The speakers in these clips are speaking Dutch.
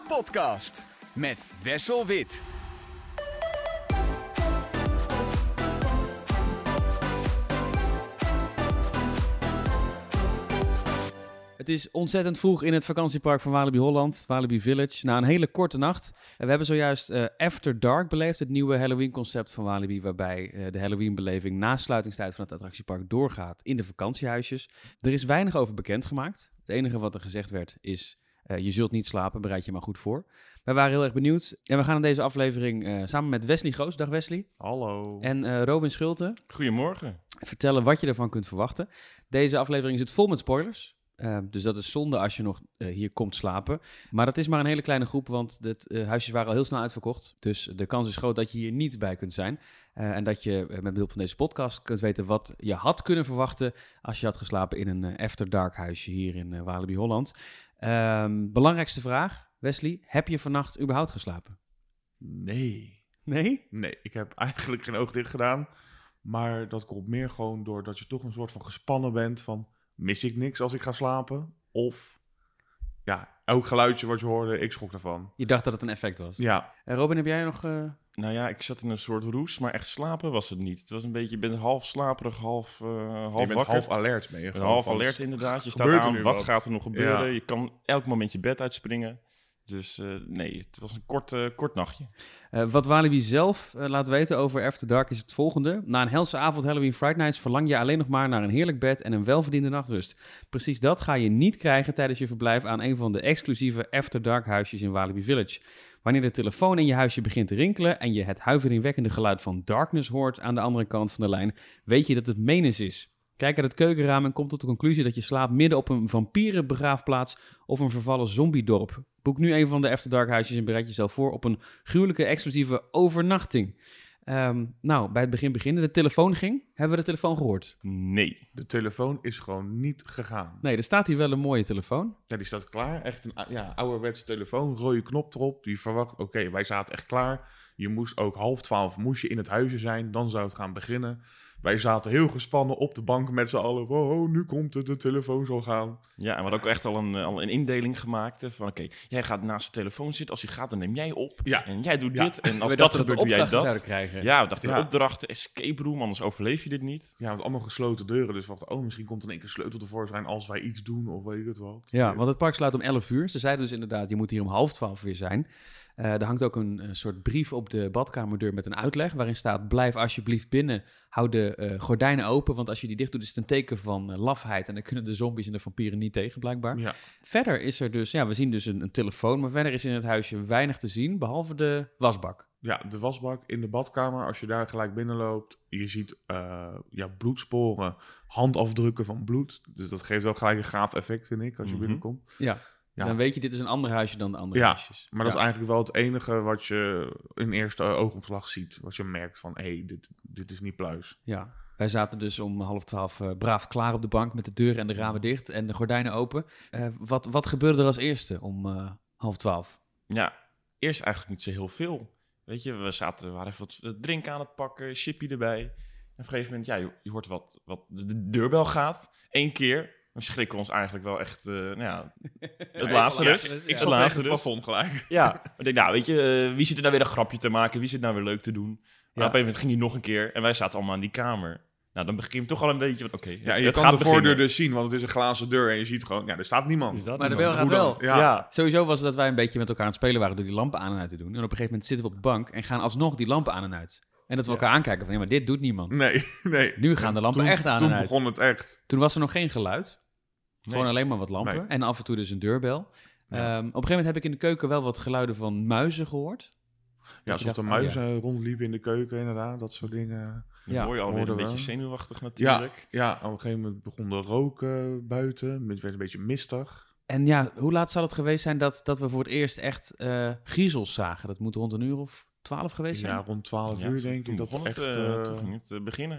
podcast met Wessel Wit. Het is ontzettend vroeg in het vakantiepark van Walibi Holland, Walibi Village, na een hele korte nacht. We hebben zojuist After Dark beleefd, het nieuwe Halloween-concept van Walibi, waarbij de Halloween-beleving na sluitingstijd van het attractiepark doorgaat in de vakantiehuisjes. Er is weinig over bekendgemaakt. Het enige wat er gezegd werd is, je zult niet slapen, bereid je maar goed voor. Wij waren heel erg benieuwd en we gaan in deze aflevering samen met Wesley Goos, dag Wesley. Hallo. En Robin Schulte Goedemorgen. vertellen wat je ervan kunt verwachten. Deze aflevering zit vol met spoilers. Dus dat is zonde als je nog hier komt slapen. Maar dat is maar een hele kleine groep, want de huisjes waren al heel snel uitverkocht. Dus de kans is groot dat je hier niet bij kunt zijn. En dat je met behulp van deze podcast kunt weten wat je had kunnen verwachten als je had geslapen in een After Dark huisje hier in Walibi Holland. Belangrijkste vraag, Wesley, heb je vannacht überhaupt geslapen? Nee. Nee? Nee, ik heb eigenlijk geen oog dicht gedaan. Maar dat komt meer gewoon doordat je toch een soort van gespannen bent van... mis ik niks als ik ga slapen? Of, ja, elk geluidje wat je hoorde, ik schrok ervan. Je dacht dat het een effect was. Ja. Robin, heb jij nog... Nou ja, ik zat in een soort roes, maar echt slapen was het niet. Het was een beetje, je bent half slaperig, half Je bent wakker. half alert mee. Je bent half alert inderdaad. Je staat gebeurt er aan, nu wat wat? gaat er nog gebeuren? Ja. Je kan elk moment je bed uitspringen. Dus nee, het was een kort nachtje. Wat Walibi zelf laat weten over After Dark is het volgende. Na een helse avond Halloween Fright Nights verlang je alleen nog maar naar een heerlijk bed en een welverdiende nachtrust. Precies dat ga je niet krijgen tijdens je verblijf aan een van de exclusieve After Dark huisjes in Walibi Village. Wanneer de telefoon in je huisje begint te rinkelen en je het huiveringwekkende geluid van Darkness hoort aan de andere kant van de lijn, weet je dat het menens is. Kijk uit het keukenraam en kom tot de conclusie dat je slaapt midden op een vampierenbegraafplaats of een vervallen zombiedorp. Boek nu een van de After Dark huisjes en bereid jezelf voor op een gruwelijke exclusieve overnachting. Nou, bij het begin beginnen. De telefoon ging. Hebben we de telefoon gehoord? Nee. De telefoon is gewoon niet gegaan. Nee, er staat hier wel een mooie telefoon. Ja, die staat klaar. Echt een ouderwetse telefoon, rode knop erop. Die verwacht, oké, wij zaten echt klaar. Je moest ook 11:30 moest je in het huisje zijn. Dan zou het gaan beginnen. Wij zaten heel gespannen op de bank met z'n allen. Wow, nu komt het, de telefoon zal gaan. Ja, en we hadden ook echt al een indeling gemaakt. Van oké, jij gaat naast de telefoon zitten. Als hij gaat, dan neem jij op. Ja. En jij doet Ja. dit. En als We dat dachten gebeurt, we doe jij opdrachten dat. zouden krijgen. Ja, we dachten Ja. opdrachten, escape room, anders overleef je dit niet. Ja, want allemaal gesloten deuren. Dus we dachten, misschien komt er in één keer sleutel tevoorschijn als wij iets doen of weet ik het wat. Ja, want het park sluit om 11 uur. Ze zeiden dus inderdaad, je moet hier om 11:30 weer zijn. Er hangt ook een soort brief op de badkamerdeur met een uitleg waarin staat, blijf alsjeblieft binnen, hou de gordijnen open, want als je die dicht doet is het een teken van lafheid en dan kunnen de zombies en de vampieren niet tegen, blijkbaar. Ja. Verder is er dus, we zien dus een telefoon, maar verder is in het huisje weinig te zien, behalve de wasbak. Ja, de wasbak in de badkamer, als je daar gelijk binnenloopt, je ziet bloedsporen, handafdrukken van bloed. Dus dat geeft wel gelijk een gaaf effect, vind ik, als je binnenkomt. Ja. Ja. Dan weet je, dit is een ander huisje dan de andere Ja, huisjes. maar dat is eigenlijk wel het enige wat je in eerste oogopslag ziet. Wat je merkt van, dit is niet pluis. Ja, wij zaten dus om 11:30 braaf klaar op de bank met de deuren en de ramen dicht en de gordijnen open. Wat gebeurde er als eerste om 11:30? Ja, eerst eigenlijk niet zo heel veel. Weet je, we waren even wat drinken aan het pakken, chippy erbij. En op een gegeven moment, ja, je hoort wat de deurbel gaat. 1 keer. Dan schrikken we ons eigenlijk wel echt, het laatste dus. ja. Ik Het zat laatste tegen het dus. plafond gelijk. Ja, ik denk, nou, weet je, wie zit er nou weer een grapje te maken? Wie zit nou weer leuk te doen? Maar Ja. op een gegeven moment ging hij nog een keer en wij zaten allemaal in die kamer. Nou, dan begin je toch al een beetje van, oké, Ja, het je kan gaat de beginnen. voordeur dus zien, want het is een glazen deur en je ziet gewoon, er staat niemand. Is dat Maar de niemand? bel gaat Hoe dan? wel. Ja. Sowieso was het dat wij een beetje met elkaar aan het spelen waren door die lampen aan en uit te doen. En op een gegeven moment zitten we op de bank en gaan alsnog die lampen aan en uit. En dat we elkaar aankijken van, ja, maar dit doet niemand. Nee. Nu gaan de lampen Toen- echt aan Toen en uit. begon het echt. Toen was er nog geen geluid. Gewoon Nee. alleen maar wat lampen. Nee. En af en toe dus een deurbel. Op een gegeven moment heb ik in de keuken wel wat geluiden van muizen gehoord. Ja, je alsof dacht, de oh, muizen rondliepen in de keuken inderdaad, dat soort dingen. Dan Ja, word je alweer een hoorden we. beetje zenuwachtig Ja, natuurlijk. ja, op een gegeven moment begon de rook buiten. Het werd een beetje mistig. En ja, hoe laat zal het geweest zijn dat we voor het eerst echt griezels zagen? Dat moet rond 1 uur of 12 geweest zijn? Ja, rond 12 uur denk ik. Toen Dat begon echt, toen ging het beginnen.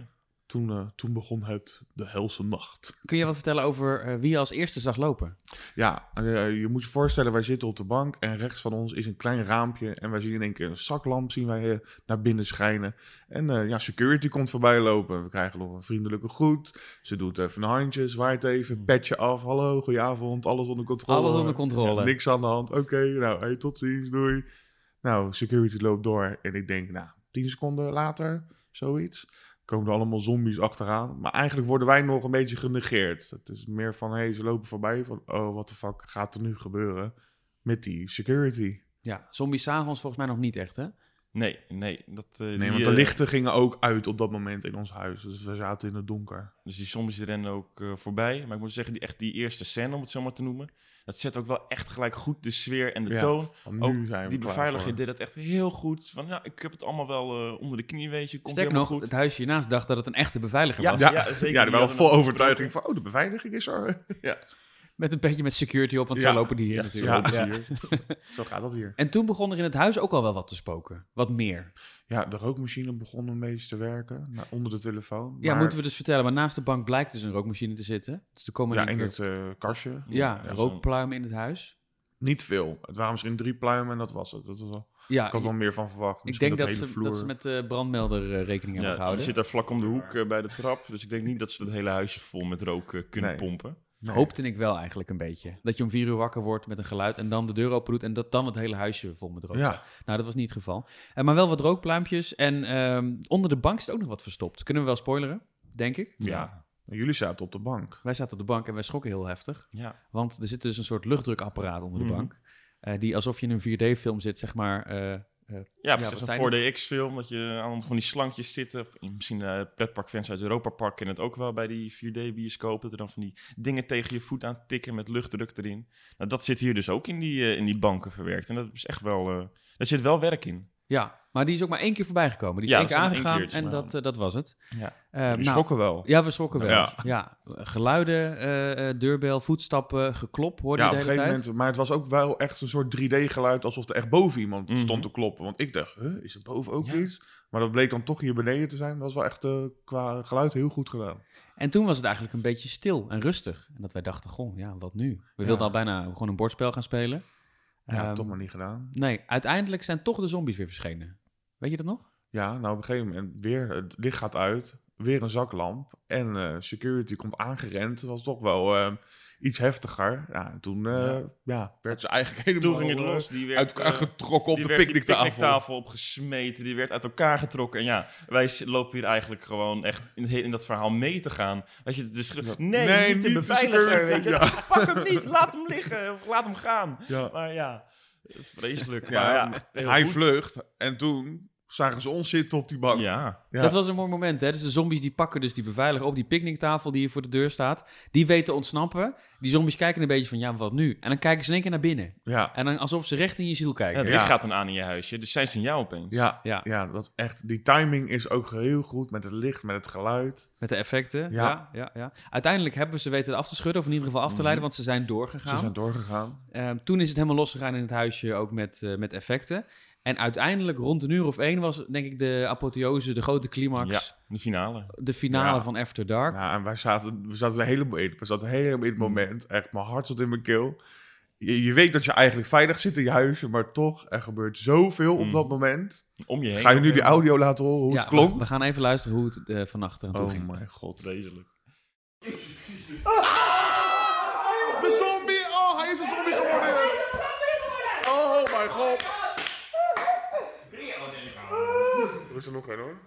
toen begon de helse nacht. Kun je wat vertellen over wie je als eerste zag lopen? Ja, je moet je voorstellen, wij zitten op de bank en rechts van ons is een klein raampje. En wij zien in één keer een zaklamp zien wij naar binnen schijnen. En security komt voorbij lopen. We krijgen nog een vriendelijke groet. Ze doet even een handje, zwaait even, petje af. Hallo, goedenavond, alles onder controle. Alles onder controle. Ja, niks aan de hand. Oké, nou, hey, tot ziens, doei. Nou, security loopt door en ik denk, 10 seconden later, zoiets, komen er allemaal zombies achteraan. Maar eigenlijk worden wij nog een beetje genegeerd. Het is meer van, ze lopen voorbij. Van, oh, what the fuck gaat er nu gebeuren met die security? Ja, zombies zagen ons volgens mij nog niet echt, hè? Nee. Nee, want de lichten gingen ook uit op dat moment in ons huis. Dus we zaten in het donker. Dus die zombies die rennen ook voorbij. Maar ik moet zeggen, die eerste scène, om het zo maar te noemen, dat zet ook wel echt gelijk goed de sfeer en de toon. Van nu ook zijn we die klaar beveiliger voor. deed dat echt heel goed. Van, ik heb het allemaal wel onder de knie, weet je. Komt Sterker helemaal nog, goed. het huisje hiernaast dacht dat het een echte beveiliger was. Ja, zeker. Ja, er Die waren hadden vol hem overtuiging van, de beveiliging is er. Ja. Met een petje met security op, want Ja. zo lopen die hier natuurlijk. Ja, Ja. Zo gaat dat hier. En toen begon er in het huis ook al wel wat te spoken. Wat meer. Ja, de rookmachine begon een beetje te werken. Onder de telefoon. Ja, Maar- moeten we dus vertellen. Maar naast de bank blijkt dus een rookmachine te zitten. Dus er komen Ja, in één in keer het kastje. ja, Ja, rookpluimen in het huis. Niet veel. Het waren misschien 3 pluimen en dat was het. Dat was al, Ja, ik had wel meer van verwacht. ik Misschien denk dat hele ze met de brandmelder rekening hebben Ja, die gehouden. zit daar vlak om de hoek bij de trap. Dus ik denk niet dat ze het hele huisje vol met rook kunnen Nee. pompen. Nee. Hoopte ik wel eigenlijk een beetje. Dat je om 4 uur wakker wordt met een geluid en dan de deur open doet en dat dan het hele huisje vol met rook Ja. staat. Nou, dat was niet het geval. Maar wel wat rookpluimpjes en onder de bank is ook nog wat verstopt. Kunnen we wel spoileren, denk ik. Ja. Jullie zaten op de bank. Wij zaten op de bank en wij schrokken heel heftig. Ja. Want er zit dus een soort luchtdrukapparaat onder de Mhm. bank. Die alsof je in een 4D-film zit, zeg maar. Ja, wat precies. zijn Een 4DX-film, dat je aan van die slankjes zit. Of misschien pretparkfans uit Europa Park kennen het ook wel bij die 4D-bioscoop. Dat er dan van die dingen tegen je voet aan tikken met luchtdruk erin. Nou, dat zit hier dus ook in die banken verwerkt. En dat is echt wel... daar zit wel werk in. Ja, maar die is ook maar 1 keer voorbij gekomen. Die is Ja, 1 keer dat is maar één aangegaan keertje, en maar- dat was het. Ja. Jullie schrokken wel. Ja, we schrokken wel. Ja. Ja. Geluiden, deurbel, voetstappen, geklop hoorde Ja, je op de een hele gegeven tijd. moment. Maar het was ook wel echt een soort 3D-geluid. Alsof er echt boven iemand Mhm. stond te kloppen. Want ik dacht, is er boven ook Ja. iets? Maar dat bleek dan toch hier beneden te zijn. Dat was wel echt qua geluid heel goed gedaan. En toen was het eigenlijk een beetje stil en rustig. En dat wij dachten, goh, ja, wat nu? We wilden al bijna gewoon een bordspel gaan spelen. Ja, toch maar niet gedaan. Nee, uiteindelijk zijn toch de zombies weer verschenen. Weet je dat nog? Ja, nou op een gegeven moment weer, het licht gaat uit. Weer een zaklamp. En security komt aangerend. Dat was toch wel iets heftiger. Ja, en toen werd ze eigenlijk helemaal Toen ging het los. Die werd, uit elkaar getrokken op die de werd die picknicktafel. picknicktafel opgesmeten. Die werd uit elkaar getrokken. En ja, wij lopen hier eigenlijk gewoon echt in dat verhaal mee te gaan. Weet je, het is nee, niet de beveiliger. security, Weet je. ja. Pak hem niet, laat hem liggen. Of laat hem gaan. Ja. Maar ja, vreselijk. Ja, Maar ja, heel hij goed. vlucht en toen zagen ze ons zitten op die bank. Ja, Ja. Dat was een mooi moment, hè? Dus de zombies die pakken dus die beveiliger op die picknicktafel die hier voor de deur staat. Die weten te ontsnappen. Die zombies kijken een beetje van, ja, wat nu? En dan kijken ze in één keer naar binnen. Ja. En dan alsof ze recht in je ziel ja, kijken. het Ja. licht gaat dan aan in je huisje. Dus zij zien jou opeens. Ja, Ja. ja, dat echt. Die timing is ook heel goed met het licht, met het geluid. Met de effecten. Ja. Ja. Uiteindelijk hebben we ze weten af te schudden, of in ieder geval af te leiden, want ze zijn doorgegaan. Ze zijn doorgegaan. Toen is het helemaal losgegaan in het huisje, ook met effecten. En uiteindelijk, rond een uur of 1, was denk ik de apotheose, de grote climax. Ja, de finale. De finale Ja. van After Dark. Ja, en we zaten helemaal in. We zaten helemaal in het moment. Echt, mijn hart zat in mijn keel. Je weet dat je eigenlijk veilig zit in je huisje, maar toch, er gebeurt zoveel op dat moment. Om je heen. Ga je nu die audio laten horen hoe Ja, het klonk? we gaan even luisteren hoe het van achter aan toe Oh ging. mijn god. Vreselijk. De zombie! Oh, hij is een zombie geworden! Oh mijn god! Er is er nog één hoor.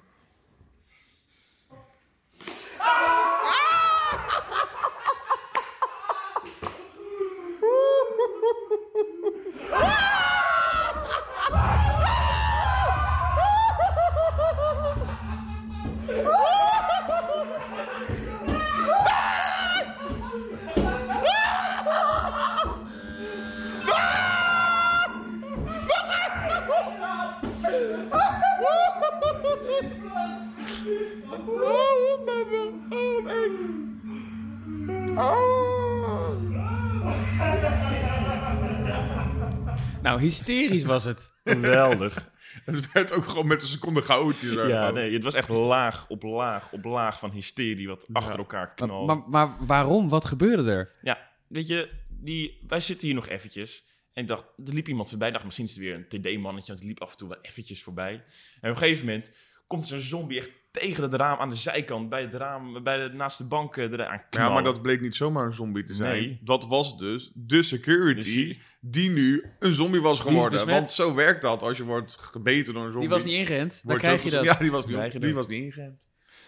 Nou, hysterisch was het. Geweldig. Het werd ook gewoon met een seconde chaotisch. Ja, nee, het was echt laag op laag op laag van hysterie wat achter elkaar knalde. Maar waarom? Wat gebeurde er? Ja, weet je, wij zitten hier nog eventjes. En ik dacht, er liep iemand voorbij. Ik dacht, misschien is het weer een TD-mannetje. Want die liep af en toe wel eventjes voorbij. En op een gegeven moment komt er zo'n zombie echt tegen het raam aan de zijkant. Bij het raam, naast de bank eraan knallen. Ja, maar dat bleek niet zomaar een zombie te zijn. Nee. Dat was dus de security die nu een zombie was geworden. besmet. Want zo werkt dat. Als je wordt gebeten door een zombie. Die was niet ingeënt. Dan wordt krijg je dat. Ja, die was niet ingeënt.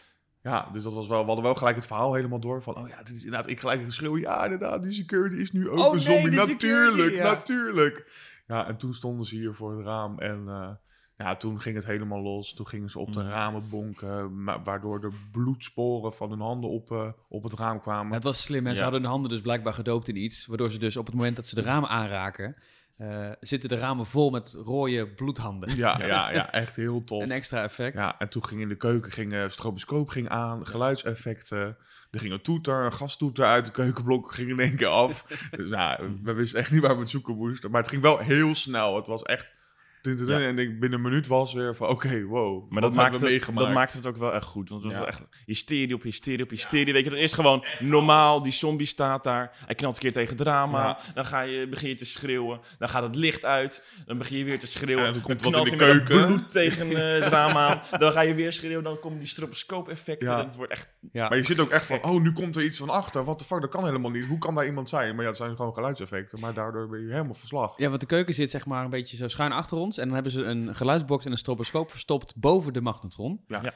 Ja, dus dat was wel... We hadden wel gelijk het verhaal helemaal door van... Oh ja, dit is inderdaad... Ik gelijk geschreeuw. Ja, inderdaad, die security is nu ook een zombie. de Natuurlijk, security, ja. natuurlijk. Ja, en toen stonden ze hier voor het raam. En ja, toen ging het helemaal los. Toen gingen ze op de ramen bonken. Waardoor er bloedsporen van hun handen op het raam kwamen. Ja, het was slim. En ze hadden hun handen dus blijkbaar gedoopt in iets. Waardoor ze dus op het moment dat ze de ramen aanraken... zitten de ramen vol met rode bloedhanden. Ja, echt heel tof. Een extra effect. Ja, en toen ging in de keuken, stroboscoop ging aan, geluidseffecten. Er ging een toeter, een gastoeter uit de keukenblok, ging in één keer af. Dus we wisten echt niet waar we het zoeken moesten. Maar het ging wel heel snel. Het was echt... En ik binnen een minuut was weer van, oké, wow. Maar dat maakte het ook wel echt goed. Want het was echt hysterie op hysterie op hysterie. Weet je, dat is gewoon normaal. Die zombie staat daar. Hij knalt een keer tegen het raam aan. Dan begin je te schreeuwen. Dan gaat het licht uit. Dan begin je weer te schreeuwen. En dan komt knalt wat in de hij met keuken. bloed tegen het raam aan. Dan ga je weer schreeuwen. Dan komen die stroboscoop-effecten. Ja. En het wordt echt... Ja. Maar je zit ook echt van, oh, nu komt er iets van achter. What the fuck, dat kan helemaal niet. Hoe kan daar iemand zijn? Maar ja, het zijn gewoon geluidseffecten. Maar daardoor ben je helemaal verslag. Ja, want de keuken zit zeg maar een beetje zo schuin achter ons. En dan hebben ze een geluidsbox en een stroboscoop verstopt boven de magnetron. Ja.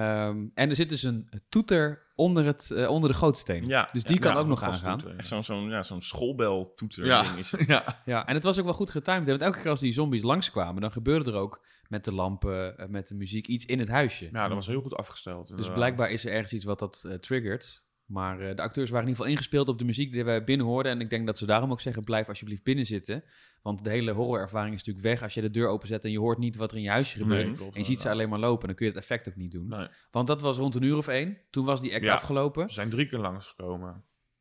En er zit dus een toeter onder de gootsteen. Ja. Dus die kan ook nog gastoeter, aangaan. Echt zo'n schoolbel-toeter Ja. ding is het. Ja. Ja, en het was ook wel goed getimed. Want elke keer als die zombies langskwamen, dan gebeurde er ook met de lampen, met de muziek, iets in het huisje. Ja, dat was heel goed afgesteld. Dus inderdaad. blijkbaar is er ergens iets wat dat triggert. Maar de acteurs waren in ieder geval ingespeeld op de muziek die wij binnen hoorden. En ik denk dat ze daarom ook zeggen, blijf alsjeblieft binnen zitten. Want de hele horrorervaring is natuurlijk weg als je de deur openzet en je hoort niet wat er in je huisje gebeurt. Nee, klopt, en je ziet ze alleen maar lopen, dan kun je het effect ook niet doen. Nee. Want dat was rond 1:01. Toen was die act afgelopen. Ze zijn 3 keer langsgekomen.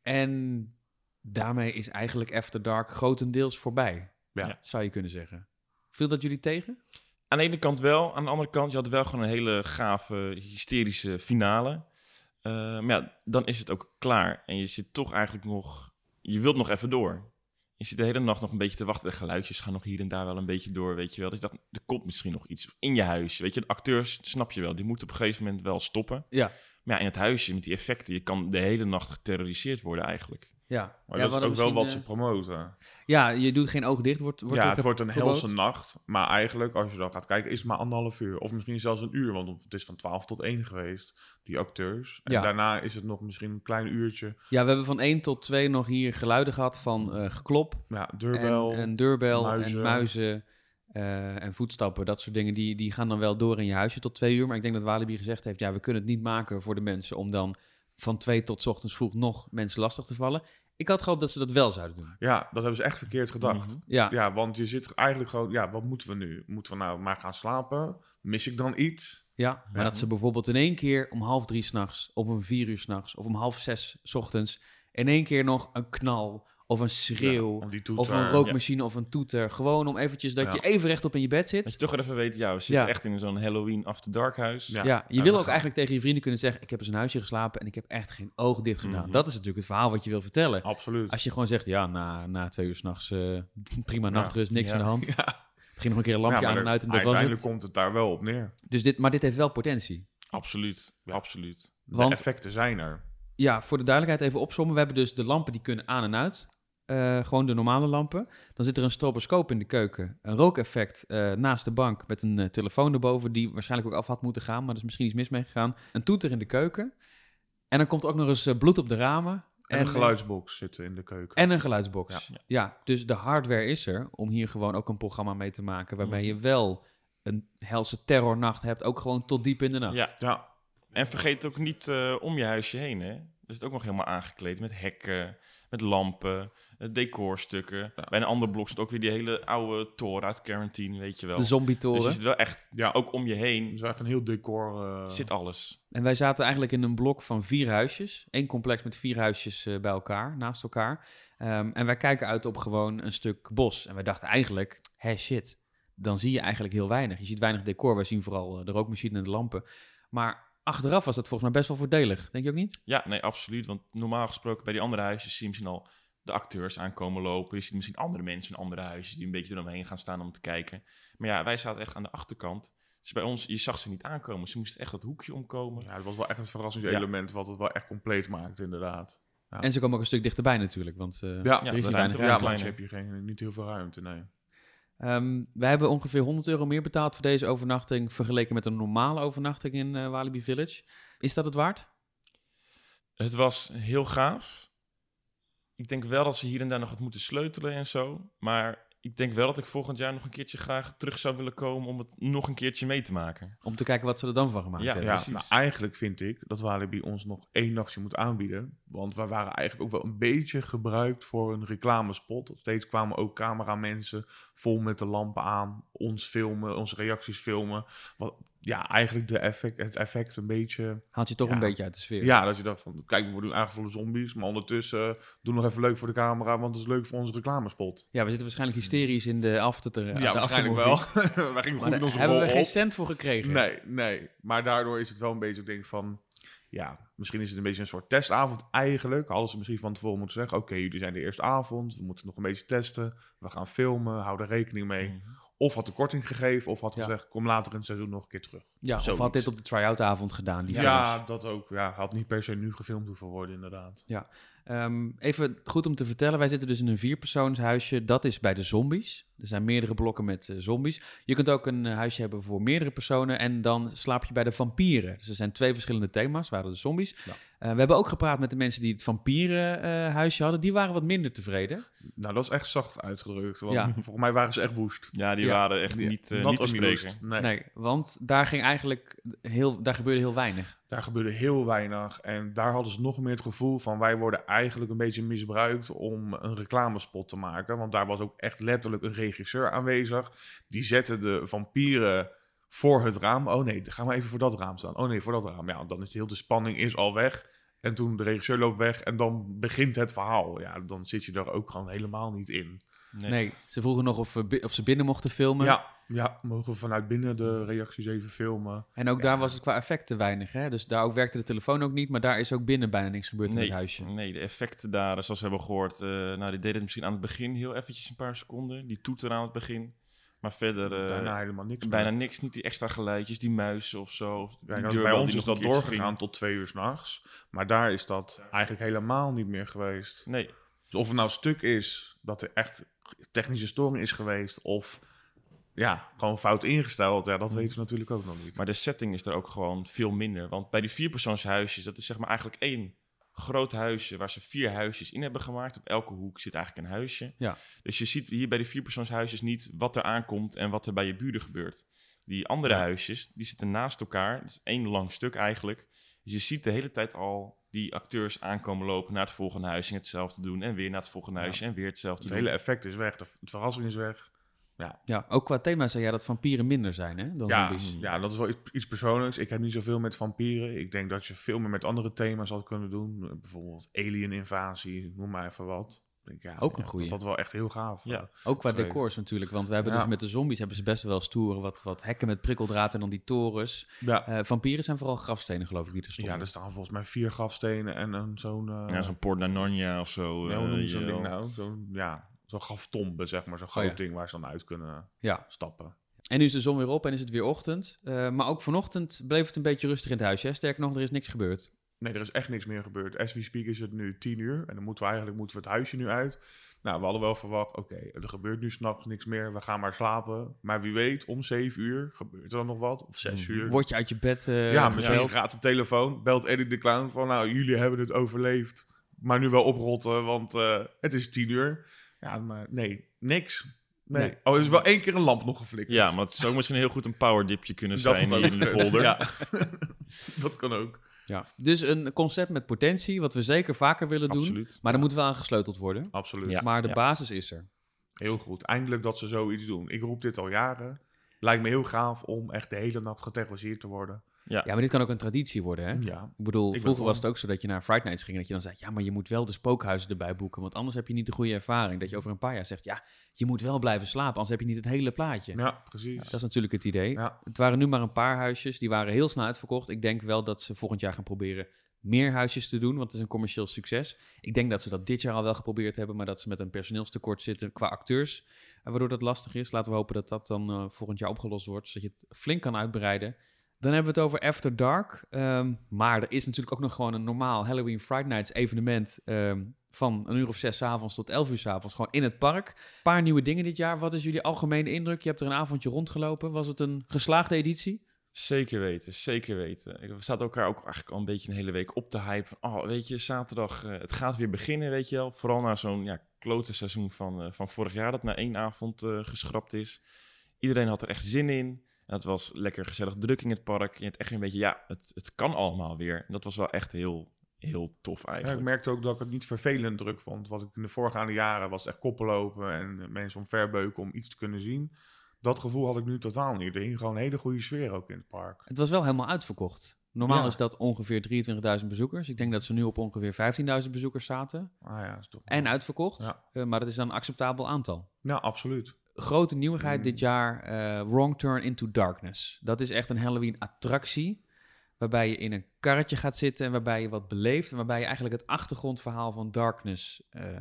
En daarmee is eigenlijk After Dark grotendeels voorbij. Ja. Zou je kunnen zeggen. Viel dat jullie tegen? Aan de ene kant wel. Aan de andere kant, je had wel gewoon een hele gave, hysterische finale. Maar ja, dan is het ook klaar. En je zit toch eigenlijk nog... Je wilt nog even door. Je zit de hele nacht nog een beetje te wachten. De geluidjes gaan nog hier en daar wel een beetje door, weet je wel. Dus ik dacht, er komt misschien nog iets in je huis. Weet je, de acteurs, snap je wel, die moeten op een gegeven moment wel stoppen. Ja. Maar ja, in het huisje met die effecten, je kan de hele nacht geterroriseerd worden eigenlijk. Ja. Maar ja, dat is ook wel wat ze promoten. Ja, je doet geen ogen dicht. Het wordt een promoot. helse nacht. Maar eigenlijk, als je dan gaat kijken, is het maar 1,5 uur. Of misschien zelfs een uur, want het is van 12 tot 1 geweest, die acteurs. En daarna is het nog misschien een klein uurtje. Ja, we hebben van 1 tot 2 nog hier geluiden gehad van geklop. Ja, deurbel. En deurbel muizen. en muizen en voetstappen. Dat soort dingen, die gaan dan wel door in je huisje tot 2 uur. Maar ik denk dat Walibi gezegd heeft, ja, we kunnen het niet maken voor de mensen om dan van 2 tot 's ochtends vroeg nog mensen lastig te vallen. Ik had gehoopt dat ze dat wel zouden doen. Ja, dat hebben ze echt verkeerd gedacht. Mhm. Ja. Want je zit eigenlijk gewoon... Ja, wat moeten we nu? Moeten we nou maar gaan slapen? Mis ik dan iets? Ja, maar dat ze bijvoorbeeld in één keer om 2:30 s'nachts, of om 4 uur s'nachts, of om 5:30 's ochtends, in één keer nog een knal, of een schreeuw, Ja, die toeter. of een rookmachine, of een toeter. Gewoon om eventjes dat je even rechtop in je bed zit. Dat je toch weer even weet, ja, we zitten echt in zo'n Halloween After Dark huis. Ja, je wil ook eigenlijk tegen je vrienden kunnen zeggen, ik heb in een huisje geslapen en ik heb echt geen oog dicht gedaan. Dat is natuurlijk het verhaal wat je wil vertellen. Absoluut. Als je gewoon zegt, ja, na 2 uur s'nachts, prima nachtrust, niks aan de hand. Ja. Begin nog een keer een lampje aan en uit en dat was uiteindelijk het. komt het daar wel op neer. Dus maar dit heeft wel potentie. Absoluut, absoluut. De Want- effecten zijn er. Ja, voor de duidelijkheid even opzommen. We hebben dus de lampen die kunnen aan en uit. Gewoon de normale lampen. Dan zit er een stroboscoop in de keuken. Een rookeffect naast de bank met een telefoon erboven... die waarschijnlijk ook af had moeten gaan, maar er is misschien iets mis mee gegaan. Een toeter in de keuken. En dan komt ook nog eens bloed op de ramen. En een geluidsbox zitten in de keuken. En een geluidsbox. Ja, dus de hardware is er om hier gewoon ook een programma mee te maken... waarbij je wel een helse terrornacht hebt, ook gewoon tot diep in de nacht. Ja. En vergeet het ook niet om je huisje heen, hè. Er is het ook nog helemaal aangekleed met hekken, met lampen, decorstukken. Bij een ander blok zit ook weer die hele oude toren uit Quarantine, weet je wel. De zombietoren. Dus je zit wel echt, ook om je heen, Dus echt een heel decor. zit alles. En wij zaten eigenlijk in een blok van 4 huisjes. 1 complex met 4 huisjes bij elkaar, naast elkaar. En wij kijken uit op gewoon een stuk bos. En wij dachten eigenlijk, shit, dan zie je eigenlijk heel weinig. Je ziet weinig decor, wij zien vooral de rookmachine en de lampen. Maar achteraf was dat volgens mij best wel voordelig, denk je ook niet? Ja, nee, absoluut. Want normaal gesproken bij die andere huisjes zie je misschien al de acteurs aankomen lopen. Je ziet misschien andere mensen in andere huisjes die een beetje eromheen gaan staan om te kijken. Maar ja, wij zaten echt aan de achterkant. Dus bij ons, je zag ze niet aankomen. Ze moesten echt dat hoekje omkomen. Ja, dat was wel echt het verrassingselement wat het wel echt compleet maakte, inderdaad. Ja. En ze komen ook een stuk dichterbij natuurlijk, want er is de hier weinig ruimte ruimte. maar kleiner. heb je niet heel veel ruimte, nee. Wij hebben ongeveer €100 meer betaald voor deze overnachting vergeleken met een normale overnachting in Walibi Village. Is dat het waard? Het was heel gaaf. Ik denk wel dat ze hier en daar nog wat moeten sleutelen en zo. Maar ik denk wel dat ik volgend jaar nog een keertje graag terug zou willen komen om het nog een keertje mee te maken. Om te kijken wat ze er dan van gemaakt Ja, hebben. Ja, precies. nou, eigenlijk vind ik dat Walibi ons nog 1 nachtje moet aanbieden. Want we waren eigenlijk ook wel een beetje gebruikt voor een reclamespot. Steeds kwamen ook cameramensen vol met de lampen aan, ons filmen, onze reacties filmen. Wat, ja, eigenlijk het effect een beetje... Haalt je toch Ja. een beetje uit de sfeer. Ja, dat je dacht van, kijk, we worden aangevallen zombies. Maar ondertussen, doe nog even leuk voor de camera, want het is leuk voor onze reclamespot. Ja, we zitten waarschijnlijk hysterisch in de Ja, waarschijnlijk wel. Wij gingen goed in onze hebben rol we geen op. cent voor gekregen. Nee. Maar daardoor is het wel een beetje, ik denk van... Ja, misschien is het een beetje een soort testavond eigenlijk. Hadden ze misschien van tevoren moeten zeggen... Oké, jullie zijn de eerste avond. We moeten nog een beetje testen. We gaan filmen. Hou er rekening mee. Mhm. Of had de korting gegeven. Of had Ja. gezegd, kom later in het seizoen nog een keer terug. Ja, of Zoiets. had dit op de try-out avond gedaan. Die Ja, films. dat ook. Ja, had niet per se nu gefilmd hoeven worden, inderdaad. Even goed om te vertellen, wij zitten dus in een 4-persoonshuisje. Dat is bij de zombies. Er zijn meerdere blokken met zombies. Je kunt ook een huisje hebben voor meerdere personen en dan slaap je bij de vampieren. Dus er zijn 2 verschillende thema's, waren de zombies. Ja. We hebben ook gepraat met de mensen die het vampierenhuisje hadden. Die waren wat minder tevreden. Nou, dat is echt zacht uitgedrukt. Want Ja. volgens mij waren ze echt woest. Ja, die Ja. waren echt niet te amused. spreken. Nee. Nee, want daar gebeurde heel weinig. Daar gebeurde heel weinig. En daar hadden ze nog meer het gevoel van... wij worden eigenlijk een beetje misbruikt om een reclamespot te maken. Want daar was ook echt letterlijk een regisseur aanwezig. Die zette de vampieren voor het raam. Oh nee, dan gaan we even voor dat raam staan. Oh nee, voor dat raam. Ja, dan is heel de spanning is al weg. En toen de regisseur loopt weg en dan begint het verhaal. Ja, dan zit je er ook gewoon helemaal niet in. Nee, ze vroegen nog of ze binnen mochten filmen. Ja, mogen we vanuit binnen de reacties even filmen. En ook daar was het qua effecten weinig. Hè? Dus daar ook werkte de telefoon ook niet. Maar daar is ook binnen bijna niks gebeurd in het huisje. Nee, de effecten daar, zoals we hebben gehoord, die deden het misschien aan het begin heel eventjes een paar seconden. Die toeter aan het begin. Maar verder Daarna helemaal niks bijna meer. niks, niet die extra geluidjes, die muizen of zo. Of die Ja, bij deurbel ons die is nog dat een keertje doorgegaan ging. tot 2 uur 's nachts. Maar daar is dat eigenlijk helemaal niet meer geweest. Nee, Dus of het nou stuk is dat er echt technische storing is geweest... of ja, gewoon fout ingesteld, ja, dat weten we natuurlijk ook nog niet. maar de setting is er ook gewoon veel minder. Want bij die 4-persoonshuisjes, dat is zeg maar eigenlijk 1 groot huisje waar ze 4 huisjes in hebben gemaakt. Op elke hoek zit eigenlijk een huisje. Ja. Dus je ziet hier bij die 4-persoonshuisjes niet wat er aankomt en wat er bij je buren gebeurt. Die andere huisjes, die zitten naast elkaar. Het is 1 lang stuk eigenlijk. Dus je ziet de hele tijd al die acteurs aankomen lopen naar het volgende huisje en hetzelfde doen. En weer naar het volgende huisje en weer hetzelfde Het doen. hele effect is weg, de verrassing is weg. Ja, ook qua thema zei jij dat vampieren minder zijn hè, dan Ja, zombies. ja, dat is wel iets persoonlijks. Ik heb niet zoveel met vampieren. Ik denk dat je veel meer met andere thema's had kunnen doen. Bijvoorbeeld alien-invasie, noem maar even wat. Ik denk, ja, Ook een goeie. Dat wel echt heel gaaf. Ja. Ook qua geweest. decors natuurlijk. Want we hebben Ja. dus met de zombies hebben ze best wel stoer wat hekken met prikkeldraad en dan die torens. Ja. Vampieren zijn vooral grafstenen geloof ik die er stonden. Ja, er staan volgens mij 4 grafstenen en zo'n... Ja, zo'n Port Narnia of zo. hoe noem je zo'n je ding wel. nou? Zo'n graftombe, zeg maar. Zo'n groot ja. ding waar ze dan uit kunnen Ja. stappen. En nu is de zon weer op en is het weer ochtend. Maar ook vanochtend bleef het een beetje rustig in het huis. Hè? Sterker nog, er is niks gebeurd. Nee, er is echt niks meer gebeurd. As we speak is het nu 10 uur. En dan moeten we het huisje nu uit. Nou, we hadden wel verwacht, oké, er gebeurt nu 's nachts niks meer. We gaan maar slapen. Maar wie weet, om 7 uur gebeurt er dan nog wat. Of 6 uur. Word je uit je bed Ja, misschien gebeld? gaat de telefoon. Belt Eddie de Clown van, nou, jullie hebben het overleefd. Maar nu wel oprotten, want het is 10 uur. Ja, maar nee, niks. Nee. Nee. Oh, er is wel 1 keer een lamp nog geflikkerd. Ja, maar het zou misschien heel goed een powerdipje kunnen dat zijn had hier ook in de gekund. polder. Ja. Dat kan ook. Ja. Dus een concept met potentie, wat we zeker vaker willen doen. Absoluut. Maar daar moet wel aan gesleuteld worden. Absoluut. Ja. Maar de basis is er. Heel goed. Eindelijk dat ze zoiets doen. Ik roep dit al jaren. Lijkt me heel gaaf om echt de hele nacht geterroriseerd te worden. Ja. Ja, maar dit kan ook een traditie worden, hè? Ja. Ik bedoel, ben vroeger voor. was het ook zo dat je naar Fright Nights ging en dat je dan zei, ja, maar je moet wel de spookhuizen erbij boeken, want anders heb je niet de goede ervaring. Dat je over een paar jaar zegt, ja, je moet wel blijven slapen, anders heb je niet het hele plaatje. Ja, precies. Dat is natuurlijk het idee. Ja. Het waren nu maar een paar huisjes, die waren heel snel uitverkocht. Ik denk wel dat ze volgend jaar gaan proberen meer huisjes te doen, want het is een commercieel succes. Ik denk dat ze dat dit jaar al wel geprobeerd hebben, maar dat ze met een personeelstekort zitten qua acteurs, waardoor dat lastig is. Laten we hopen dat dat dan volgend jaar opgelost wordt, zodat je het flink kan uitbreiden. Dan hebben we het over After Dark. Maar er is natuurlijk ook nog gewoon een normaal Halloween Fright Nights evenement van een uur of 6 's avonds tot 11 uur 's avonds, gewoon in het park. Een paar nieuwe dingen dit jaar. Wat is jullie algemene indruk? Je hebt er een avondje rondgelopen. Was het een geslaagde editie? Zeker weten, zeker weten. We zaten elkaar ook eigenlijk al een beetje een hele week op te hypen. Oh, weet je, zaterdag, het gaat weer beginnen, weet je wel. Vooral na zo'n klote seizoen van vorig jaar, dat na 1 avond geschrapt is. Iedereen had er echt zin in. En het was lekker gezellig druk in het park. Je hebt echt een beetje, het kan allemaal weer. En dat was wel echt heel, heel tof Ja, eigenlijk. ik merkte ook dat ik het niet vervelend druk vond. Wat ik in de voorgaande jaren was echt koppellopen en mensen omverbeuken om iets te kunnen zien. Dat gevoel had ik nu totaal niet. Er hing gewoon een hele goede sfeer ook in het park. Het was wel helemaal uitverkocht. Normaal Ja. is dat ongeveer 23.000 bezoekers. Ik denk dat ze nu op ongeveer 15.000 bezoekers zaten. Ah ja, is toch... En uitverkocht. Ja. Maar dat is dan een acceptabel aantal. Ja, absoluut. Grote nieuwigheid dit jaar, Wrong Turn into Darkness. Dat is echt een Halloween-attractie, waarbij je in een karretje gaat zitten en waarbij je wat beleeft en waarbij je eigenlijk het achtergrondverhaal van Darkness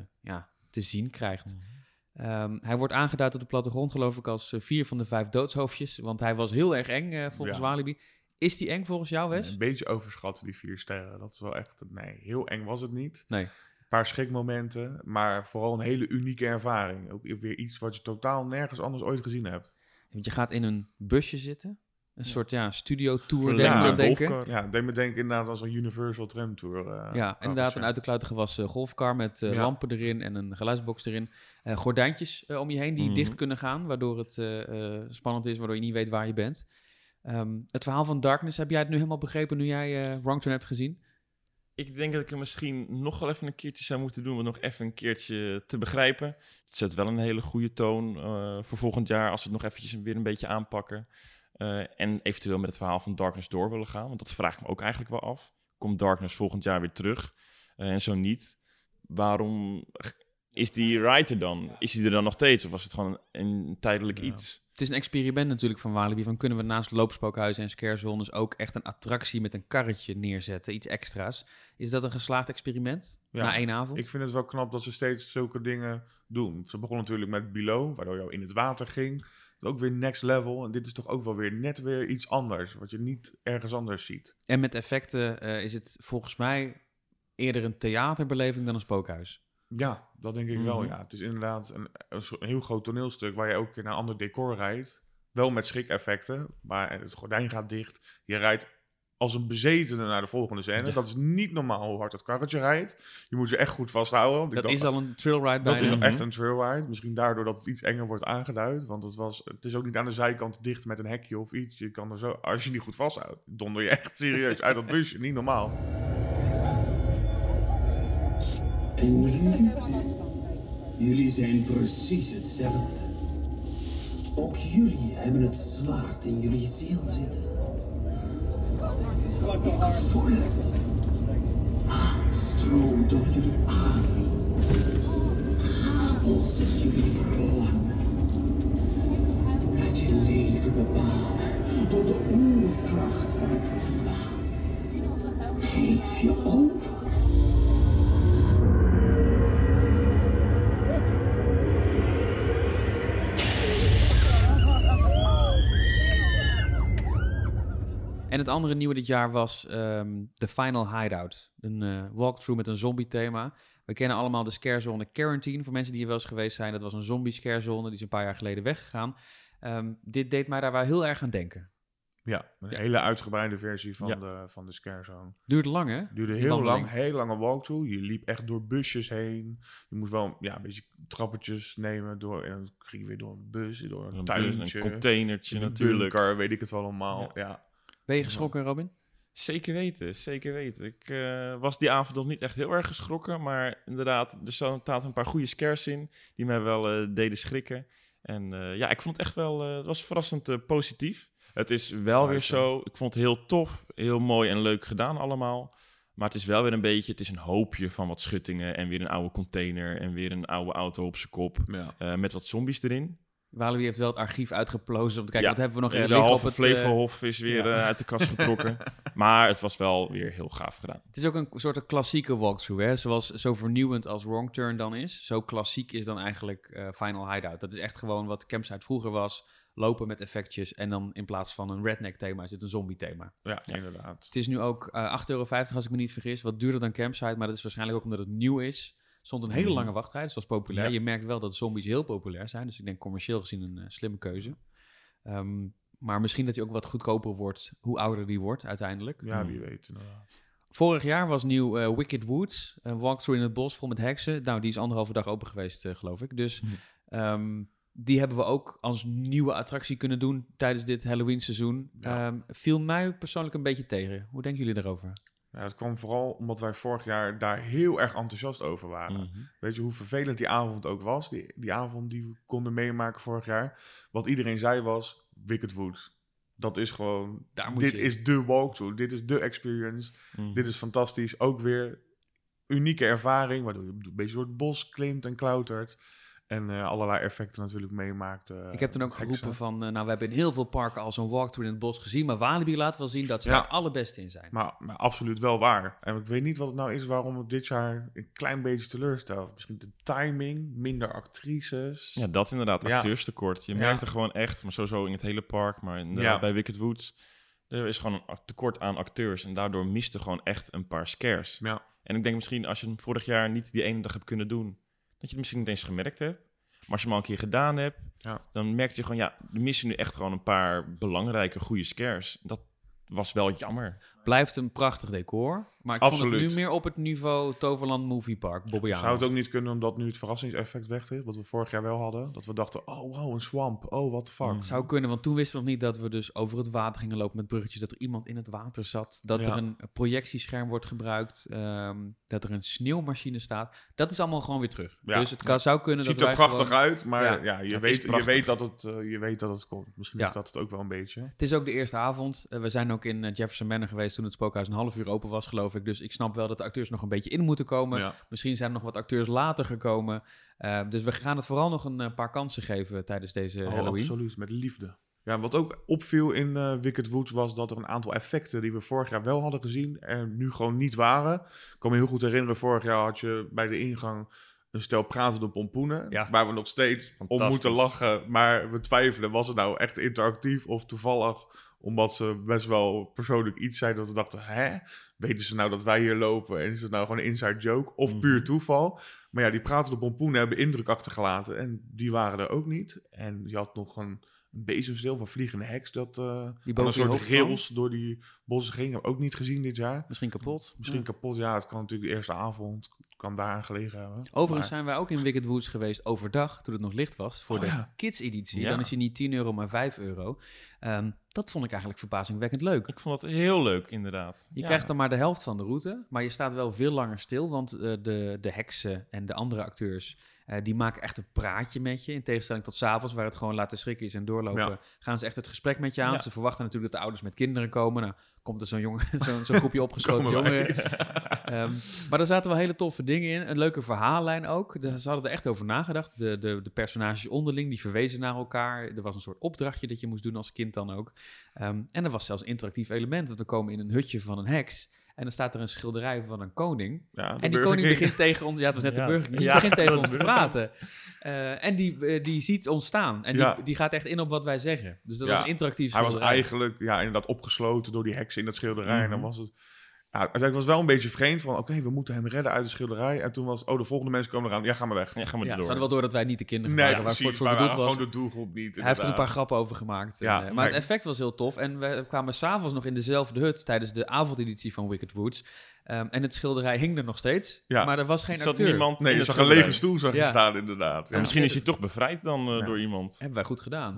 te zien krijgt. Hij wordt aangeduid op de plattegrond, geloof ik, als 4 van de 5 doodshoofdjes, want hij was heel erg eng volgens Ja. Walibi. Is die eng volgens jou, Wes? Een beetje overschatten, die 4 sterren. Dat is wel echt... Nee, heel eng was het niet. Nee. Een paar schrikmomenten, maar vooral een hele unieke ervaring. Ook weer iets wat je totaal nergens anders ooit gezien hebt. Want je gaat in een busje zitten, een soort studio-tour, Verlengde denk ik aan denken. golfkar. Ja, het deed me denken inderdaad als een Universal Tram Tour. Ja, inderdaad, een uit de kluiten gewassen golfkar met Ja. lampen erin en een geluidsbox erin. Gordijntjes om je heen die Mhm. dicht kunnen gaan, waardoor het spannend is, waardoor je niet weet waar je bent. Het verhaal van Darkness, heb jij het nu helemaal begrepen nu jij Wrong Turn hebt gezien? Ik denk dat ik er misschien nog wel even een keertje zou moeten doen, om het nog even een keertje te begrijpen. Het zet wel een hele goede toon voor volgend jaar, als we het nog eventjes weer een beetje aanpakken. En eventueel met het verhaal van Darkness door willen gaan, want dat vraag ik me ook eigenlijk wel af. Komt Darkness volgend jaar weer terug? En zo niet, waarom is die ride er dan? Is die er dan nog steeds? Of was het gewoon een tijdelijk Ja. iets? Het is een experiment natuurlijk van Walibi, van kunnen we naast loopspookhuizen en scarezones ook echt een attractie met een karretje neerzetten, iets extra's. Is dat een geslaagd experiment? Ja, Na 1 avond? Ik vind het wel knap dat ze steeds zulke dingen doen. Ze begonnen natuurlijk met Below, waardoor je in het water ging. Dat is ook weer next level. En dit is toch ook wel weer net weer iets anders, wat je niet ergens anders ziet. En met effecten is het volgens mij eerder een theaterbeleving dan een spookhuis. Ja, dat denk ik wel, Mhm. ja. Het is inderdaad een heel groot toneelstuk waar je ook naar een ander decor rijdt. Wel met schrik-effecten, maar het gordijn gaat dicht. Je rijdt als een bezetene naar de volgende scène. Ja. Dat is niet normaal hoe hard het karretje rijdt. Je moet je echt goed vasthouden. Want ik Dat dacht, is al een trailride dat is bijna. echt een trailride. Misschien daardoor dat het iets enger wordt aangeduid. Want het is ook niet aan de zijkant dicht met een hekje of iets. Je kan er zo, als je niet goed vasthoudt, donder je echt serieus uit dat busje. Niet normaal. En jullie? Jullie zijn precies hetzelfde. Ook jullie hebben het zwaard in jullie ziel zitten. Ik voel het. Angst stroomt door jullie adem. Chaos is jullie verlangen. Laat je leven bepalen door de oerkracht van het kwaad. Geef je over. En het andere nieuwe dit jaar was The Final Hideout. Een walkthrough met een zombie-thema. We kennen allemaal de scarezone Quarantine. Voor mensen die er wel eens geweest zijn, dat was een zombie-scarezone. Die is een paar jaar geleden weggegaan. Dit deed mij daar wel heel erg aan denken. Ja, een hele uitgebreide versie van, Ja. van de Scarezone. Duurt lang, hè? Duurde Die heel wandeling. lang, heel lange walkthrough. Je liep echt door busjes heen. Je moest wel een beetje trappetjes nemen. En dan ging je weer door een bus, door een tuintje. Een containertje een natuurlijk. bunker, weet ik het wel allemaal. Ja. Ben je geschrokken, Robin? Zeker weten, zeker weten. Ik was die avond nog niet echt heel erg geschrokken, maar inderdaad, er zaten een paar goede scares in die mij wel deden schrikken. En ik vond het echt wel, het was verrassend positief. Het is wel weer zo. Ik vond het heel tof, heel mooi en leuk gedaan allemaal. Maar het is wel weer een beetje, het is een hoopje van wat schuttingen en weer een oude container en weer een oude auto op zijn kop. Ja. Met wat zombies erin. Walibi heeft wel het archief uitgeplozen om te kijken, wat hebben we nog in de liggen op halve het... Flevohof is weer uit de kast getrokken. Maar het was wel weer heel gaaf gedaan. Het is ook een soort klassieke walkthrough, hè? Zoals zo vernieuwend als Wrong Turn dan is. Zo klassiek is dan eigenlijk Final Hideout. Dat is echt gewoon wat Campsite vroeger was. Lopen met effectjes en dan in plaats van een redneck thema is het een zombie thema. Ja, inderdaad. Het is nu ook €8,50 als ik me niet vergis. Wat duurder dan Campsite, maar dat is waarschijnlijk ook omdat het nieuw is. Er stond een hele lange wachtrij, dus dat was populair. Ja. Je merkt wel dat zombies heel populair zijn. Dus ik denk commercieel gezien een slimme keuze. Maar misschien dat hij ook wat goedkoper wordt, hoe ouder die wordt uiteindelijk. Ja, wie weet inderdaad. Vorig jaar was nieuw Wicked Woods. Een walkthrough in het bos vol met heksen. Nou, die is 1,5 dag open geweest, geloof ik. Dus die hebben we ook als nieuwe attractie kunnen doen tijdens dit Halloween seizoen. Ja. Viel mij persoonlijk een beetje tegen. Hoe denken jullie daarover? Ja, het kwam vooral omdat wij vorig jaar daar heel erg enthousiast over waren. Weet je hoe vervelend die avond ook was? Die avond die we konden meemaken vorig jaar. Wat iedereen zei was, Wicked Woods. Dat is gewoon, dit is de walkthrough. Dit is de experience. Dit is fantastisch. Ook weer unieke ervaring, waardoor je een beetje door het bos klimt en klautert. En allerlei effecten natuurlijk meemaakt. Ik heb toen ook geroepen van, we hebben in heel veel parken al zo'n walkthrough in het bos gezien. Maar Walibi laat wel zien dat ze er het allerbeste in zijn. Maar absoluut wel waar. En ik weet niet wat het nou is waarom het dit jaar een klein beetje teleurstelt. Misschien de timing, minder actrices. Ja, dat inderdaad, acteurstekort. Je merkt er gewoon echt, maar sowieso in het hele park, maar inderdaad bij Wicked Woods, er is gewoon een tekort aan acteurs. En daardoor miste gewoon echt een paar scares. Ja. En ik denk misschien als je hem vorig jaar niet die ene dag hebt kunnen doen, dat je het misschien niet eens gemerkt hebt. Maar als je hem al een keer gedaan hebt, dan merk je gewoon, er missen nu echt gewoon een paar belangrijke, goede scares. Dat was wel jammer. Blijft een prachtig decor. Maar ik vond het nu meer op het niveau Toverland Movie Park, Bobbejaanland. Zou het ook niet kunnen omdat nu het verrassingseffect weg is, wat we vorig jaar wel hadden? Dat we dachten, oh wow, een swamp. Oh, what the fuck. Zou kunnen, want toen wisten we nog niet dat we dus over het water gingen lopen met bruggetjes. Dat er iemand in het water zat. Dat er een projectiescherm wordt gebruikt. Dat er een sneeuwmachine staat. Dat is allemaal gewoon weer terug. Ja. Dus het zou kunnen ziet dat er prachtig uit, maar je weet dat het komt. Misschien is dat het ook wel een beetje. Het is ook de eerste avond. We zijn ook in Jefferson Manor geweest toen het spookhuis een half uur open was, geloof ik. Dus ik snap wel dat de acteurs nog een beetje in moeten komen. Ja. Misschien zijn er nog wat acteurs later gekomen. Dus we gaan het vooral nog een paar kansen geven tijdens deze Halloween. Absoluut, met liefde. Ja, wat ook opviel in Wicked Woods was dat er een aantal effecten die we vorig jaar wel hadden gezien er nu gewoon niet waren. Ik kan me heel goed herinneren, vorig jaar had je bij de ingang een stel pratende pompoenen, waar we nog steeds om moeten lachen. Maar we twijfelen, was het nou echt interactief of toevallig, omdat ze best wel persoonlijk iets zeiden dat we dachten, weten ze nou dat wij hier lopen en is het nou gewoon een inside joke of puur toeval? Maar ja, die pratende pompoenen hebben indruk achtergelaten en die waren er ook niet. En je had nog een bezemsteel van vliegende heks dat die een soort rails door die bossen ging. Heb ik ook niet gezien dit jaar. Misschien kapot. Kapot, ja. Het kan natuurlijk de eerste avond, kan daaraan gelegen hebben. Overigens zijn wij ook in Wicked Woods geweest overdag, toen het nog licht was, voor de kids-editie. Ja. Dan is hij niet €10, maar €5. Dat vond ik eigenlijk verbazingwekkend leuk. Ik vond het heel leuk, inderdaad. Je krijgt dan maar de helft van de route, maar je staat wel veel langer stil, want de heksen en de andere acteurs, die maken echt een praatje met je. In tegenstelling tot 's avonds, waar het gewoon laten schrikken is en doorlopen, gaan ze echt het gesprek met je aan. Ja. Ze verwachten natuurlijk dat de ouders met kinderen komen. Nou, komt er zo'n groepje opgesloten jongeren. Maar er zaten wel hele toffe dingen in. Een leuke verhaallijn ook. Ze hadden er echt over nagedacht. De personages onderling, die verwezen naar elkaar. Er was een soort opdrachtje dat je moest doen als kind dan ook. En er was zelfs een interactief element. Want we komen in een hutje van een heks. En dan staat er een schilderij van een koning. Ja, en die koning begint tegen ons... Ja, het was net de Burger King. Die begint tegen ons te praten. En die ziet ons staan. En die gaat echt in op wat wij zeggen. Dus dat was een interactief schilderij. Hij was eigenlijk inderdaad opgesloten door die heksen in dat schilderij. En dan was het... Ja, uiteindelijk was het wel een beetje vreemd van, oké, we moeten hem redden uit de schilderij. En toen was, de volgende mensen komen eraan. Ja, ga maar weg. Ja, ga maar door. Ze hadden wel door dat wij niet de kinderen waren waarvoor het voor bedoeld was. Gewoon de doelgroep niet. Hij heeft er een paar grappen over gemaakt. Ja, maar het effect was heel tof. En we kwamen 's avonds nog in dezelfde hut tijdens de avondeditie van Wicked Woods. En het schilderij hing er nog steeds, maar er was geen acteur. Je zag een lege stoel staan inderdaad. Ja. Misschien is hij toch bevrijd dan door iemand. Hebben wij goed gedaan.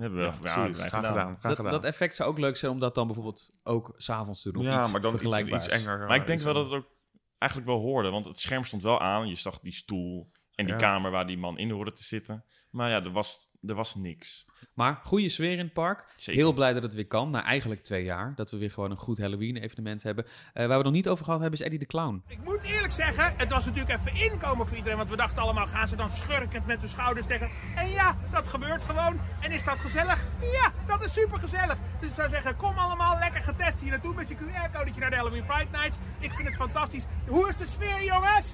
Graag gedaan. Dat effect zou ook leuk zijn om dat dan bijvoorbeeld ook 's avonds te doen. Ja, maar dan iets enger. Maar ik denk wel dat het ook eigenlijk wel hoorde, want het scherm stond wel aan. Je zag die stoel En die Ja. kamer waar die man in hoorde te zitten. Maar ja, er was niks. Maar goede sfeer in het park. Zeker. Heel blij dat het weer kan. Na eigenlijk 2 jaar. Dat we weer gewoon een goed Halloween-evenement hebben. Waar we het nog niet over gehad hebben is Eddie de Clown. Ik moet eerlijk zeggen, het was natuurlijk even inkomen voor iedereen. Want we dachten allemaal, gaan ze dan schurkend met hun schouders tegen. En ja, dat gebeurt gewoon. En is dat gezellig? Ja, dat is super gezellig. Dus ik zou zeggen, kom allemaal lekker getest hier naartoe met je QR-codetje naar de Halloween Fright Nights. Ik vind het fantastisch. Hoe is de sfeer, jongens?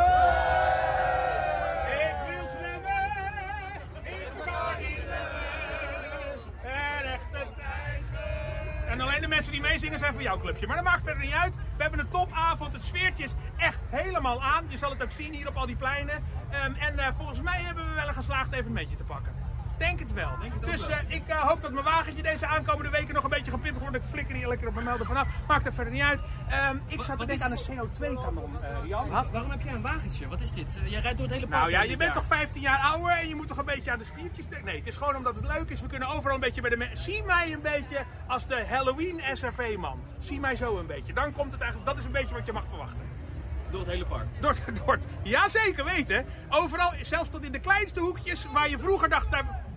Ik wil zwemmen. Ik kan niet zwemmen. En echte tijger. En alleen de mensen die meezingen zijn voor jouw clubje. Maar dat maakt verder niet uit. We hebben een topavond. Het sfeertje is echt helemaal aan. Je zal het ook zien hier op al die pleinen. Volgens mij hebben we wel een geslaagd evenementje te pakken. Denk het wel. Dus ik hoop dat mijn wagentje deze aankomende weken nog een beetje gepint wordt. Ik flikker hier lekker op mijn melden vanaf. Maakt er verder niet uit. Ik zat te denken aan een CO2-kanon, Rian. Waarom heb jij een wagentje? Wat is dit? Jij rijdt door het hele park. Nou ja, dit je bent jaar. toch 15 jaar ouder en je moet toch een beetje aan de spiertjes... Nee, het is gewoon omdat het leuk is. We kunnen overal een beetje bij de... Zie mij een beetje als de Halloween SRV-man. Zie mij zo een beetje. Dan komt het eigenlijk... Dat is een beetje wat je mag verwachten. Door het hele park. Ja, zeker weten. Overal, zelfs tot in de kleinste hoekjes waar je vroeger dacht...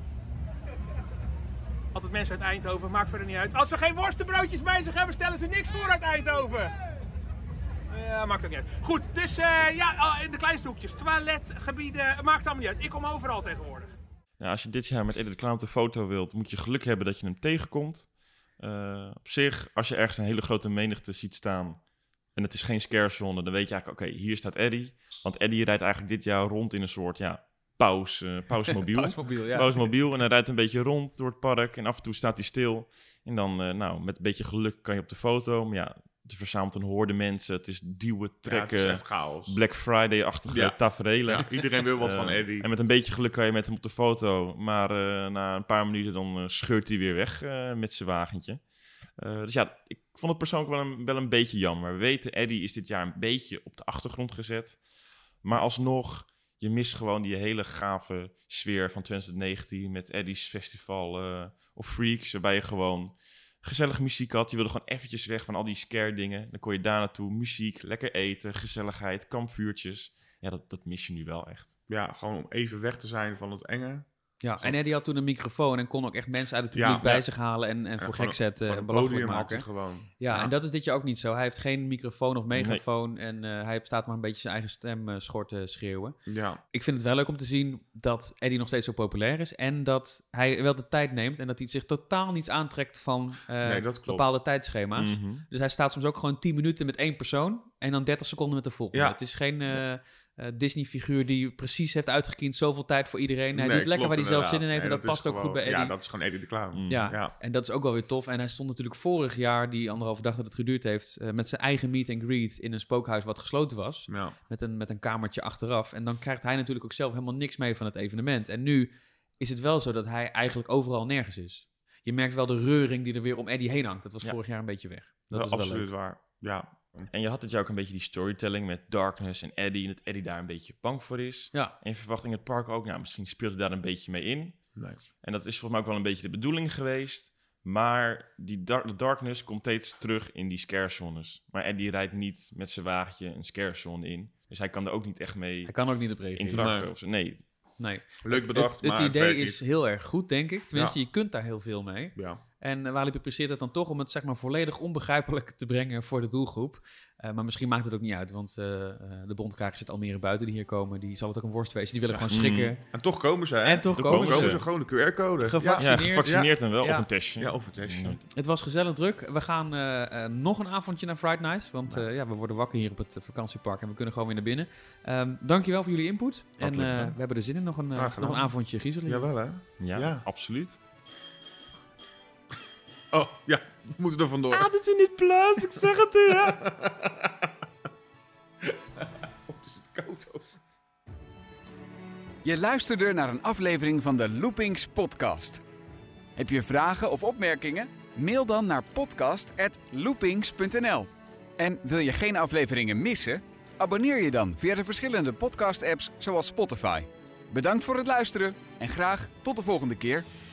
Altijd mensen uit Eindhoven, maakt verder niet uit. Als ze geen worstenbroodjes bij zich hebben, stellen ze niks voor uit Eindhoven. Ja, maakt ook niet uit. Goed, dus in de kleinste hoekjes. Toiletgebieden, maakt allemaal niet uit. Ik kom overal tegenwoordig. Ja, als je dit jaar met Eddie de Clown op de foto wilt, moet je geluk hebben dat je hem tegenkomt. Op zich, als je ergens een hele grote menigte ziet staan en het is geen scarezone, dan weet je eigenlijk, oké, hier staat Eddie. Want Eddie rijdt eigenlijk dit jaar rond in een soort, pausmobiel. Pausmobiel, ja. Pausmobiel. En hij rijdt een beetje rond door het park. En af en toe staat hij stil. En dan, met een beetje geluk kan je op de foto. Maar ja, er verzamelt een horde mensen. Het is duwen, Ja, trekken. het is echt chaos. Black Friday-achtige taferelen. Ja, iedereen wil wat van Eddie. En met een beetje geluk kan je met hem op de foto. Maar na een paar minuten dan scheurt hij weer weg met zijn wagentje. Dus ja, ik vond het persoonlijk wel een beetje jammer. We weten, Eddie is dit jaar een beetje op de achtergrond gezet. Maar alsnog... Je mist gewoon die hele gave sfeer van 2019 met Eddie's Festival of Freaks, waarbij je gewoon gezellige muziek had. Je wilde gewoon eventjes weg van al die scare dingen. Dan kon je daar naartoe, muziek, lekker eten, gezelligheid, kampvuurtjes. Ja, dat mis je nu wel echt. Ja, gewoon om even weg te zijn van het enge. Ja, en Eddie had toen een microfoon en kon ook echt mensen uit het publiek bij zich halen en voor gek zetten en belachelijk maken. Gewoon. Ja, en dat is dit jaar ook niet zo. Hij heeft geen microfoon of megafoon en hij staat maar een beetje zijn eigen stem schort te schreeuwen. Ja. Ik vind het wel leuk om te zien dat Eddie nog steeds zo populair is en dat hij wel de tijd neemt en dat hij zich totaal niets aantrekt van dat klopt. bepaalde tijdschema's. Mhm. Dus hij staat soms ook gewoon 10 minuten met 1 persoon en dan 30 seconden met de volgende. Ja. Het is geen Disney-figuur die precies heeft uitgekiend zoveel tijd voor iedereen. Hij Nee, doet lekker klopt waar hij zelf zin in inderdaad. heeft en Nee, dat past ook is goed bij Eddie. Ja, dat is gewoon Eddie de Clown. Ja, en dat is ook wel weer tof. En hij stond natuurlijk vorig jaar, die 1,5 dag dat het geduurd heeft, met zijn eigen meet and greet in een spookhuis wat gesloten was. Ja. Met een kamertje achteraf. En dan krijgt hij natuurlijk ook zelf helemaal niks mee van het evenement. En nu is het wel zo dat hij eigenlijk overal nergens is. Je merkt wel de reuring die er weer om Eddie heen hangt. Dat was vorig jaar een beetje weg. Dat is wel absoluut leuk. waar. Ja. En je had dit jaar ook een beetje die storytelling met Darkness en Eddie. En dat Eddie daar een beetje bang voor is. Ja. En verwachting in het park ook. Nou, misschien speelt hij daar een beetje mee in. Nee. En dat is volgens mij ook wel een beetje de bedoeling geweest. Maar de Darkness komt steeds terug in die scarezones. Maar Eddie rijdt niet met zijn wagentje een scarezone in. Dus hij kan er ook niet echt mee Hij kan ook niet op reageren. interacten. Nee. Of zo. Nee. Nee. Leuk bedacht, Het maar idee werkt is niet. heel erg goed, denk ik. Tenminste, Ja. je kunt daar heel veel mee. Ja. En Walibi presteert het dan toch om het zeg maar volledig onbegrijpelijk te brengen voor de doelgroep. Maar misschien maakt het ook niet uit, want de bondkrakers uit Almere buiten die hier komen, die zal het ook een worstwezen. Die willen gewoon schrikken. En toch komen ze, hè? En toch Dan komen ze. gewoon een QR-code. Gevaccineerd. Ja, gevaccineerd en wel. Ja. Of een testje. Ja, of een testje. Het was gezellig druk. We gaan nog een avondje naar Fright Nights, want we worden wakker hier op het vakantiepark en we kunnen gewoon weer naar binnen. Dankjewel voor jullie input. En we hebben er zin in nog een avondje griezeling. Jawel, hè? Ja, absoluut. Oh, ja. We moeten er vandoor. Dat is niet plus, ik zeg het u, hè. Het is het koud ook. Je luisterde naar een aflevering van de Loopings podcast. Heb je vragen of opmerkingen? Mail dan naar podcast@loopings.nl. En wil je geen afleveringen missen? Abonneer je dan via de verschillende podcast-apps zoals Spotify. Bedankt voor het luisteren en graag tot de volgende keer.